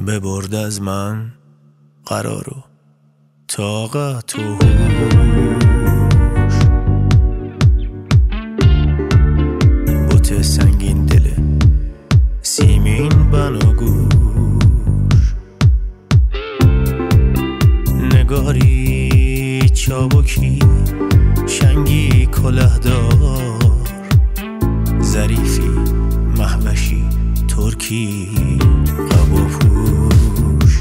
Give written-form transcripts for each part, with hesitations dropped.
ببرد از من قرار و طاقت و هوش. بوت سنگین دل سیمین بناگوش، نگاری چابکی شنگی کلهدار، ظریفی محوشی ترکی قب و پوش.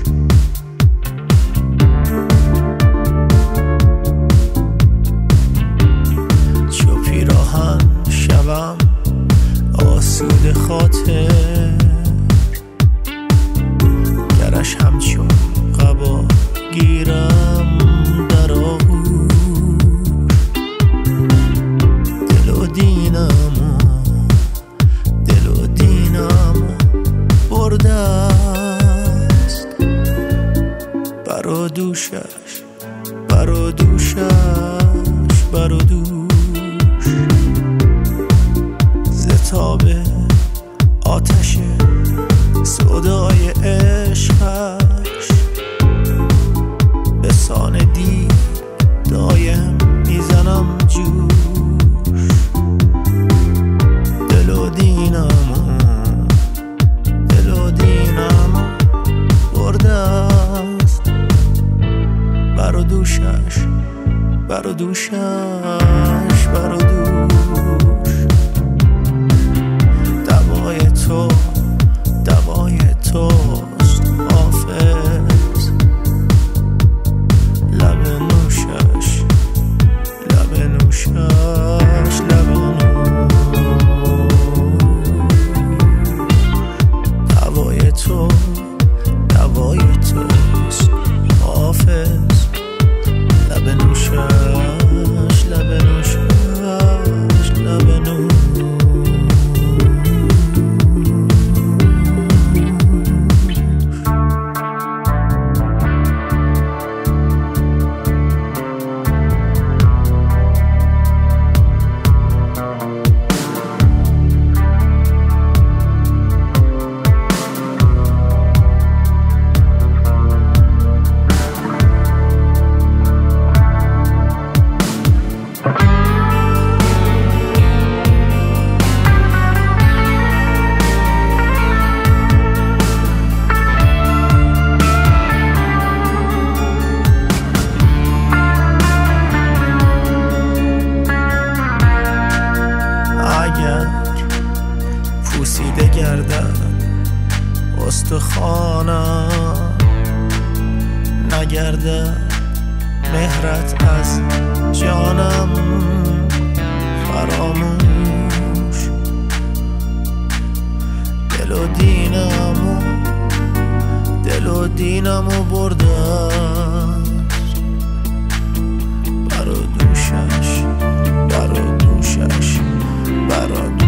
چو پیراهن شوم آسود خاطر، گرش همچون قبا گیرم در آغوش. دل و دینمو برده است، بر و دوشش بر و دوشش بر و دوش. ز تاب آتش سودای عشقش، به سان دی دایم میزنم جوش. دل و دینمو برده است، بر و دوشش بر و دوشش بر و دوش. دوای تو دوای توست حافظ، لب نوشش لب نوشش لب نوش. دوای تو دوای توست حافظ، لب نوشش لب نوشش لب نوش. پوسیده گردد استخوانم، نگردد مهرت از جانم فراموش. دل و دینمو برده است، بر و دوشش بر و دوشش بر و دوشش.